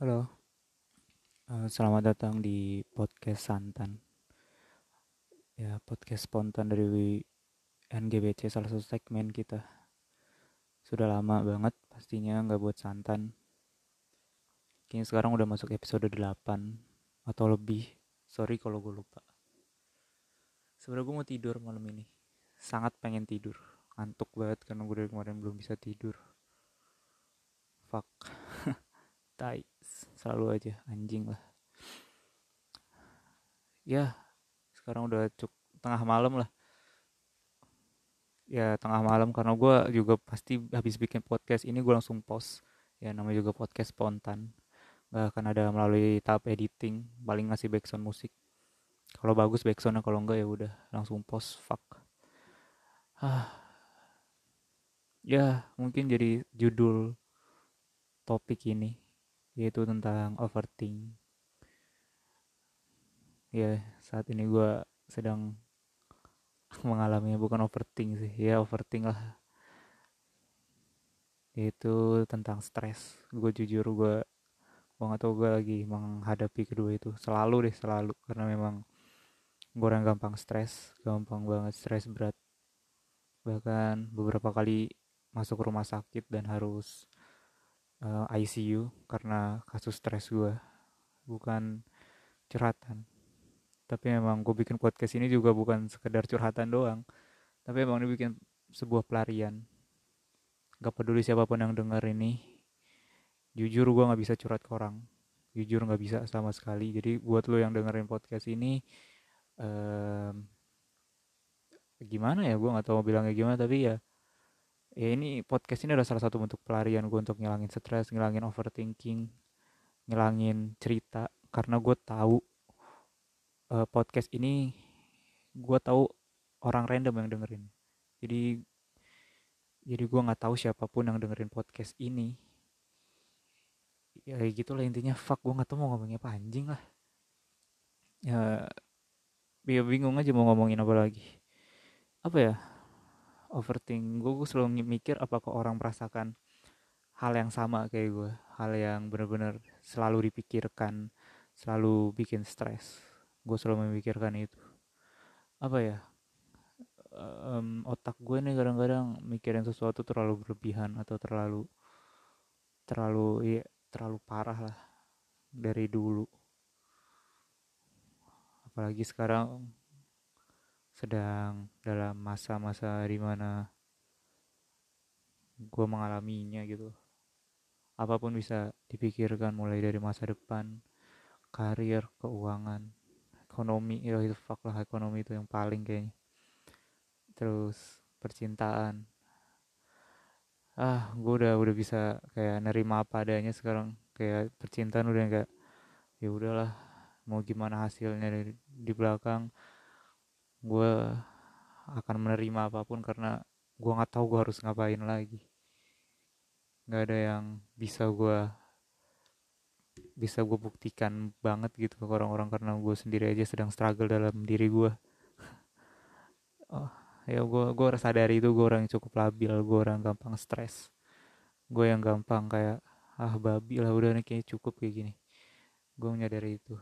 Halo, selamat datang di podcast Santan. Ya, podcast spontan dari NGBC, salah satu segmen kita. Sudah lama banget pastinya nggak buat santan. Kayaknya sekarang udah masuk episode 8 atau lebih. Sorry kalau gue lupa. Sebenarnya gue mau tidur malam ini. Sangat pengen tidur. Ngantuk banget karena gue dari kemarin belum bisa tidur. Fuck, tai. Selalu aja anjing lah. Ya, sekarang udah tengah malam lah. Ya tengah malam karena gue juga pasti habis bikin podcast ini gue langsung post. Ya namanya juga podcast spontan, nggak akan ada melalui tahap editing, paling ngasih background musik. Kalau bagus backsoundnya, kalau enggak ya udah langsung post. Fuck. ah Ya mungkin jadi judul topik ini yaitu tentang overthink. Ya saat ini gue sedang mengalaminya, bukan overthink sih, ya overthink lah, yaitu tentang stres. Gue jujur, gue nggak tahu, gue lagi menghadapi kedua itu selalu deh, selalu, karena memang gue orang gampang stres, gampang banget stres berat. Bahkan beberapa kali masuk rumah sakit dan harus ICU karena kasus stres gue. Bukan curhatan, tapi memang gue bikin podcast ini juga bukan sekedar curhatan doang, tapi emang dibikin sebuah pelarian. Gak peduli siapapun yang denger ini, jujur gue nggak bisa curhat ke orang, jujur nggak bisa sama sekali. Jadi buat lo yang dengerin podcast ini, um, gimana ya, gue nggak tahu mau bilangnya gimana, tapi ya ini podcast ini adalah salah satu bentuk pelarian gue untuk ngilangin stres, ngilangin overthinking, ngilangin cerita. Karena gue tahu podcast ini, gue tahu orang random yang dengerin. Jadi jadi gue nggak tahu siapapun yang dengerin podcast ini. Ya gitulah intinya. Fuck, gue nggak tahu mau ngomongin apa, anjing lah. Ya, ya bingung aja mau ngomongin apa lagi. Apa ya, overthink. Gue selalu mikir apakah orang merasakan hal yang sama kayak gue, hal yang benar-benar selalu dipikirkan, selalu bikin stres. Gue selalu memikirkan itu. Apa ya, otak gue nih kadang-kadang mikirin sesuatu terlalu berlebihan atau terlalu terlalu ya, terlalu parah lah dari dulu. Apalagi sekarang sedang dalam masa-masa dimana gue mengalaminya gitu. Apapun bisa dipikirkan, mulai dari masa depan, karir, keuangan, ekonomi. Ya itu fuck lah, ekonomi itu yang paling kayaknya. Terus percintaan. Gue udah bisa kayak nerima apa adanya sekarang. Kayak percintaan udah kayak, ya udahlah, mau gimana hasilnya di belakang, gue akan menerima apapun karena gue nggak tahu gue harus ngapain lagi. Nggak ada yang bisa gue buktikan banget gitu ke orang-orang, karena gue sendiri aja sedang struggle dalam diri gue. Oh, ya gue sadari itu, gue orang yang cukup labil, gue orang gampang stres, gue yang gampang kayak, babi lah, udah nih kayaknya cukup kayak gini. Gue menyadari itu.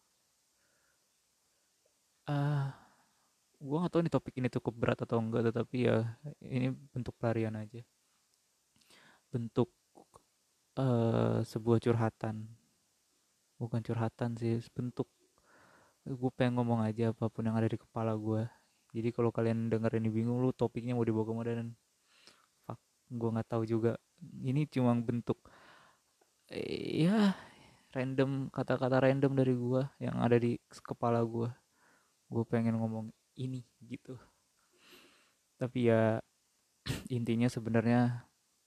ah gue nggak tahu nih topik ini cukup berat atau enggak, tetapi ya ini bentuk pelarian aja, bentuk sebuah curhatan. Bukan curhatan sih, bentuk gue pengen ngomong aja apapun yang ada di kepala gue. Jadi kalau kalian denger ini bingung, lu topiknya mau dibawa kemana, dan fuck, gue nggak tahu juga. Ini cuma bentuk, ya, random, kata-kata random dari gue yang ada di kepala gue. Gue pengen ngomong ini gitu. Tapi ya intinya sebenarnya,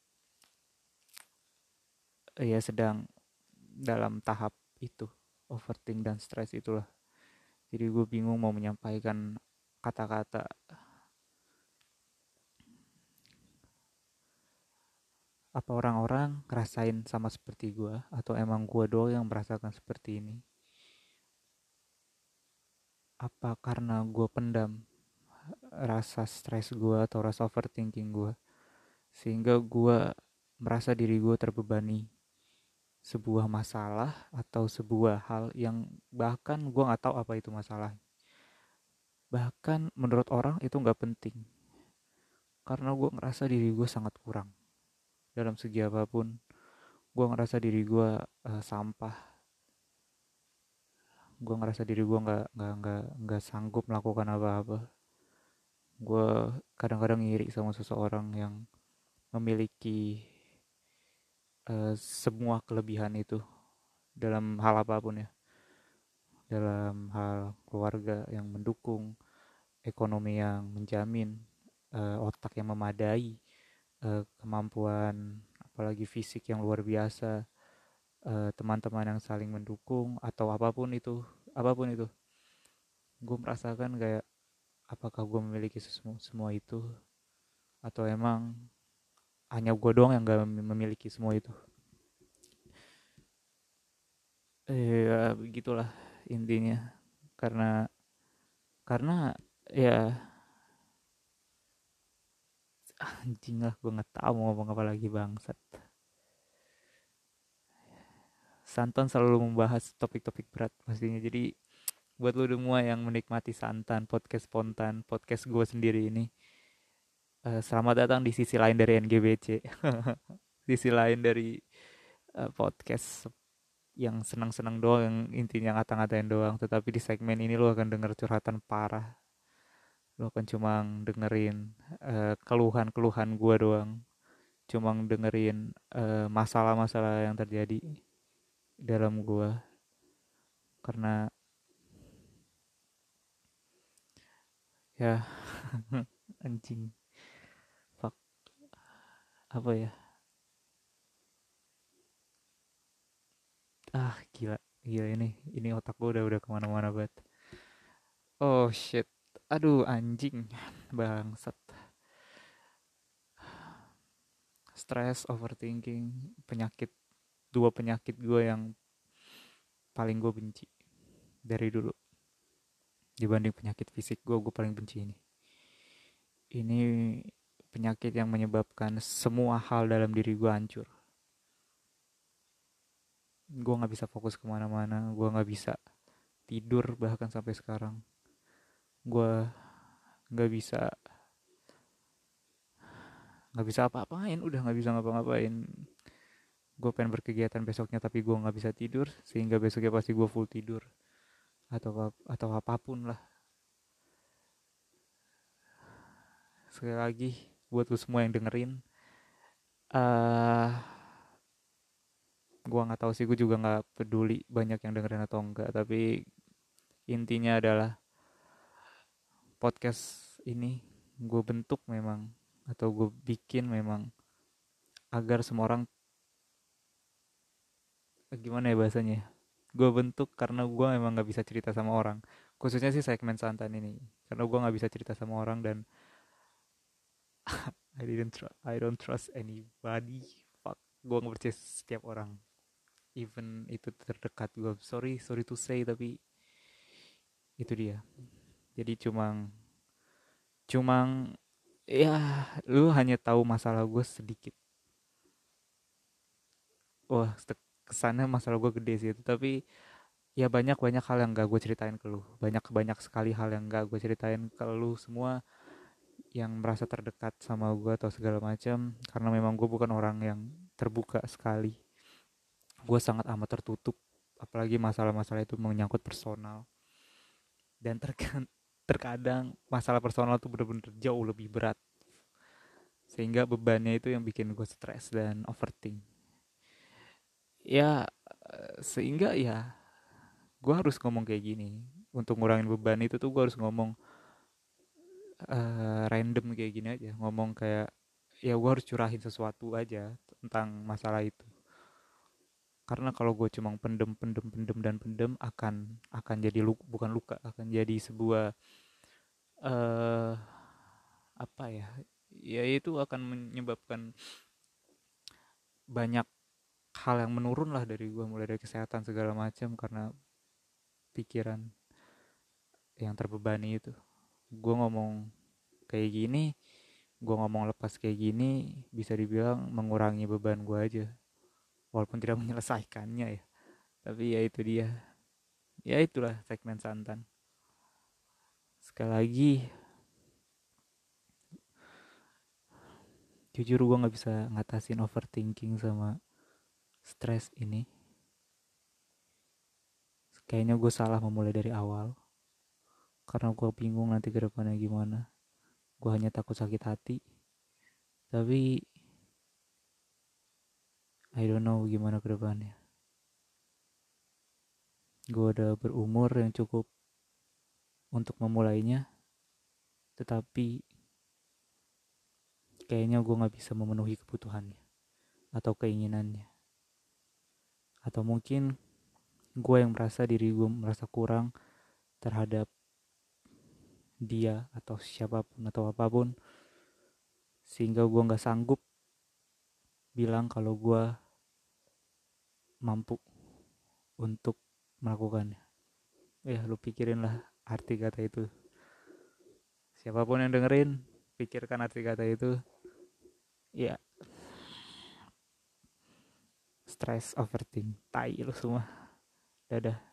ya sedang dalam tahap itu, overthink dan stres itulah. Jadi gue bingung mau menyampaikan kata-kata. Apa orang-orang ngerasain sama seperti gue, atau emang gue doang yang merasakan seperti ini? Apa karena gue pendam rasa stres gue atau rasa overthinking gue, sehingga gue merasa diri gue terbebani sebuah masalah atau sebuah hal yang bahkan gue nggak tahu apa itu masalah, bahkan menurut orang itu nggak penting, karena gue ngerasa diri gue sangat kurang dalam segi apapun. Gue ngerasa diri gue sampah. Gue ngerasa diri gue nggak sanggup melakukan apa-apa. Gue kadang-kadang iri sama seseorang yang memiliki semua kelebihan itu dalam hal apapun ya, dalam hal keluarga yang mendukung, ekonomi yang menjamin, otak yang memadai, kemampuan apalagi fisik yang luar biasa, teman-teman yang saling mendukung atau apapun itu, gue merasakan kayak apakah gue memiliki semua itu atau emang hanya gue doang yang gak memiliki semua itu. Ya begitulah intinya, karena karena ya anjing lah, gue nggak tahu mau ngomong apa lagi bangsat. Santan selalu membahas topik-topik berat pastinya, jadi buat lu semua yang menikmati Santan podcast spontan, podcast gue sendiri ini, selamat datang di sisi lain dari NGBC. Sisi lain dari podcast yang senang-senang doang, yang intinya ngata-ngatain doang, tetapi di segmen ini lu akan denger curhatan parah. Lu akan cuma dengerin keluhan-keluhan gue doang, cuma dengerin masalah-masalah yang terjadi dalam gue, karena ya anjing, fuck, apa ya, gila gila, ini otak gue udah kemana-mana banget. Oh shit, aduh anjing, bangsat. Stress, overthinking, penyakit, dua penyakit gue yang paling gue benci dari dulu. Dibanding penyakit fisik gue paling benci ini penyakit yang menyebabkan semua hal dalam diri gue hancur. Gue nggak bisa fokus kemana-mana, gue nggak bisa tidur bahkan sampai sekarang. Gue nggak bisa apa-apain, udah nggak bisa ngapa-ngapain. Gue pengen berkegiatan besoknya tapi gue nggak bisa tidur, sehingga besoknya pasti gue full tidur atau apapun lah. Sekali lagi buat lu semua yang dengerin, gue nggak tahu sih, gue juga nggak peduli banyak yang dengerin atau enggak, tapi intinya adalah podcast ini gue bentuk memang, atau gue bikin memang agar semua orang, gimana ya bahasanya, gue bentuk karena gue memang nggak bisa cerita sama orang, khususnya sih segmen Santan ini, karena gue nggak bisa cerita sama orang, dan I don't trust anybody. Fuck, gue nggak percaya setiap orang, even itu terdekat gue. Sorry to say, tapi itu dia. Jadi cuma ya, lu hanya tahu masalah gue sedikit. Wah, kesana masalah gue gede sih itu, tapi ya banyak banyak hal yang gak gue ceritain ke lu, banyak banyak sekali hal yang gak gue ceritain ke lu semua yang merasa terdekat sama gue atau segala macam, karena memang gue bukan orang yang terbuka sekali. Gue sangat amat tertutup, apalagi masalah-masalah itu menyangkut personal, dan terkadang masalah personal tuh bener-bener jauh lebih berat, sehingga bebannya itu yang bikin gue stres dan overthink. Ya sehingga ya gue harus ngomong kayak gini. Untuk ngurangin beban itu tuh gue harus ngomong random kayak gini aja, ngomong kayak ya gue harus curahin sesuatu aja tentang masalah itu. Karena kalau gue cuma pendem akan jadi luka, bukan luka, akan jadi sebuah eh apa ya, ya itu akan menyebabkan banyak hal yang menurun lah dari gue, mulai dari kesehatan segala macam, karena pikiran yang terbebani itu. Gue ngomong kayak gini, gue ngomong lepas kayak gini, bisa dibilang mengurangi beban gue aja. walaupun tidak menyelesaikannya ya, tapi ya itu dia, ya itulah segmen santan. Sekali lagi, jujur gue nggak bisa ngatasin overthinking sama stres ini. Kayaknya gue salah memulai dari awal, karena gue bingung nanti ke depannya gimana. Gue hanya takut sakit hati, tapi I don't know gimana ke depannya. Gue udah berumur yang cukup untuk memulainya, tetapi kayaknya gue gak bisa memenuhi kebutuhannya atau keinginannya. Atau mungkin gue yang merasa diri gue merasa kurang terhadap dia atau siapapun atau apapun, sehingga gue gak sanggup bilang kalau gue mampu untuk melakukannya. Ya lu pikirin lah arti kata itu. Siapapun yang dengerin, pikirkan arti kata itu. Ya, stress, overthink, tai lu semua. Dadah.